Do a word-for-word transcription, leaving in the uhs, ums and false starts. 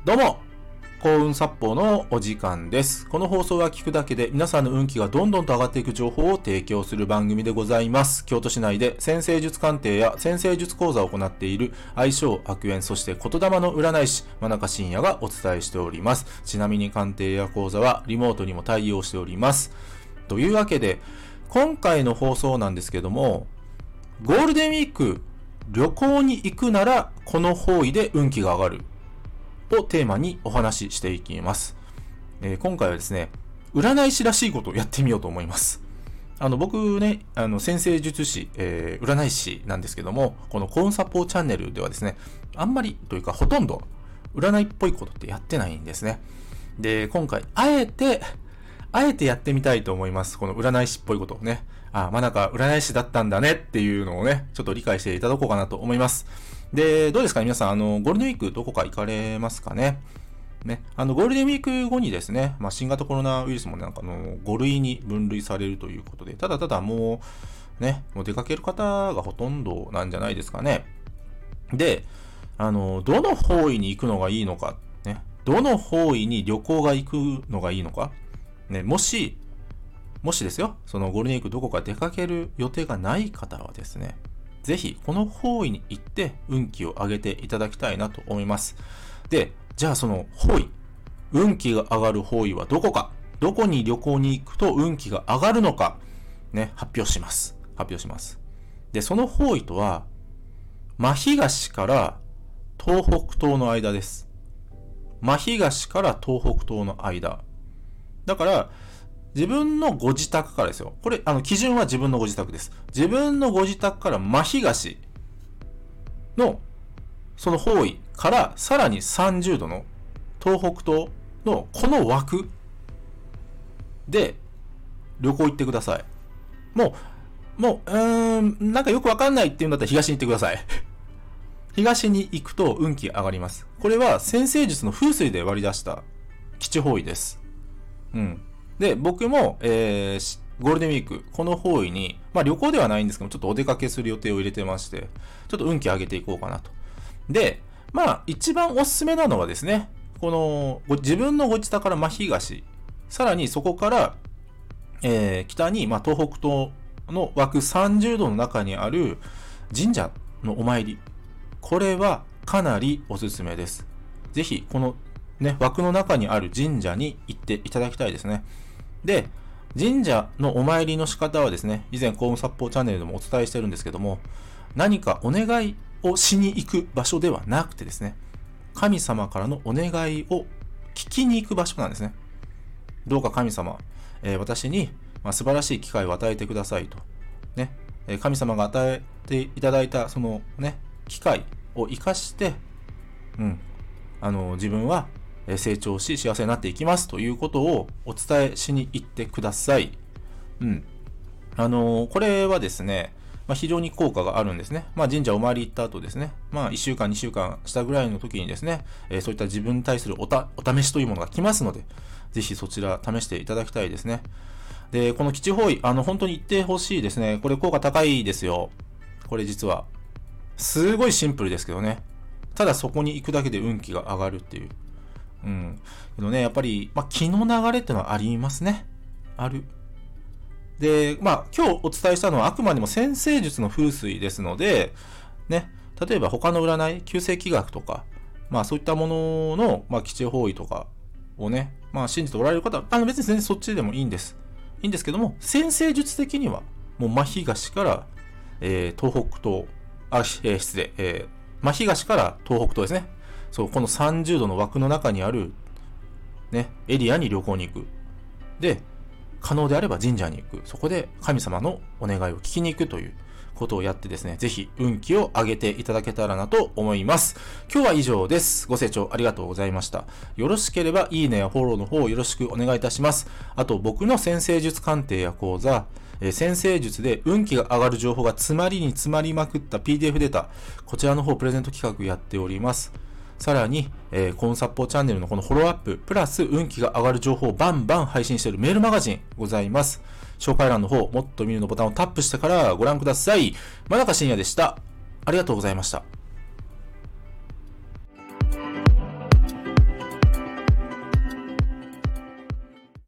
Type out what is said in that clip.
どうも、幸運殺法のお時間です。この放送は聞くだけで皆さんの運気がどんどんと上がっていく情報を提供する番組でございます。京都市内で占星術鑑定や占星術講座を行っている相性悪縁そして言霊の占い師真中信也がお伝えしております。ちなみに鑑定や講座はリモートにも対応しております。というわけで今回の放送なんですけども、ゴールデンウィーク旅行に行くならこの方位で運気が上がるをテーマにお話ししていきます。えー、今回はですね、占い師らしいことをやってみようと思います。あの僕ね、あの占星術師、えー、占い師なんですけども、この幸運殺法チャンネルではですね、あんまりというかほとんど占いっぽいことってやってないんですね。で、今回あえてあえてやってみたいと思います。この占い師っぽいことをね、あ、まあなんか占い師だったんだねっていうのをね、ちょっと理解していただこうかなと思います。で、どうですか皆さん、あの、ゴールデンウィークどこか行かれますかね。ね、あの、ゴールデンウィーク後にですね、まあ、新型コロナウイルスもなんかのご類に分類されるということで、ただただもう、ね、もう出かける方がほとんどなんじゃないですかね。で、あの、どの方位に行くのがいいのか、ね、どの方位に旅行が行くのがいいのか、ね、もし、もしですよ、そのゴールデンウィークどこか出かける予定がない方はですね、ぜひこの方位に行って運気を上げていただきたいなと思います。で、じゃあその方位、運気が上がる方位はどこか、どこに旅行に行くと運気が上がるのか、ね、発表します。発表します。で、その方位とは、真東から東北東の間です。真東から東北東の間。だから、自分のご自宅からですよ。これ、あの、基準は自分のご自宅です。自分のご自宅から真東の、その方位からさらにさんじゅうどの東北東のこの枠で旅行行ってください。もう、もう、うーん、なんかよくわかんないっていうんだったら東に行ってください。東に行くと運気上がります。これは占星術の風水で割り出した基地方位です。うん。で、僕も、えー、ゴールデンウィーク、この方位に、まあ旅行ではないんですけど、ちょっとお出かけする予定を入れてまして、ちょっと運気上げていこうかなと。で、まあ一番おすすめなのはですね、この、自分のご自宅から真東、さらにそこから、えー、北に、まあ東北東の枠さんじゅうどの中にある神社のお参り。これはかなりおすすめです。ぜひ、このね、枠の中にある神社に行っていただきたいですね。で、神社のお参りの仕方はですね、以前幸運殺法チャンネルでもお伝えしてるんですけども、何かお願いをしに行く場所ではなくてですね、神様からのお願いを聞きに行く場所なんですね。どうか神様、えー、私に、まあ、素晴らしい機会を与えてくださいと。ね、えー、神様が与えていただいたそのね、機会を生かして、うん、あの、自分は成長し幸せになっていきますということをお伝えしに行ってください。うん。あのー、これはですね、まあ、非常に効果があるんですね。まあ、神社お参り行った後ですね、まあ、いっしゅうかん、にしゅうかんしたぐらいの時にですね、えー、そういった自分に対するおた、お試しというものが来ますので、ぜひそちら試していただきたいですね。で、この基地方位、あの、本当に行ってほしいですね。これ効果高いですよ。これ実は。すごいシンプルですけどね。ただそこに行くだけで運気が上がるっていう。うん。けどね、やっぱり、まあ、気の流れってのはありますね。ある。で、まあ、今日お伝えしたのはあくまでも占星術の風水ですので、ね、例えば他の占い、旧世紀学とか、まあそういったものの、まあ基地方位とかをね、まあ信じておられる方は、あの別に全然そっちでもいいんです。いいんですけども、占星術的には、もう真東から、えー、東北東、あ、えー、失礼、えー、真東から東北東ですね。そう、このさんじゅうどの枠の中にある、ね、エリアに旅行に行く。で、可能であれば神社に行く。そこで神様のお願いを聞きに行くということをやってですね、ぜひ運気を上げていただけたらなと思います。今日は以上です。ご清聴ありがとうございました。よろしければいいねやフォローの方よろしくお願いいたします。あと僕の占星術鑑定や講座、えー、占星術で運気が上がる情報が詰まりに詰まりまくった ピーディーエフ データ、こちらの方プレゼント企画やっております。さらに、えー、幸運殺法チャンネルのこのフォローアップ、プラス運気が上がる情報をバンバン配信しているメールマガジンございます。紹介欄の方、もっと見るのボタンをタップしてからご覧ください。真中信也でした。ありがとうございました。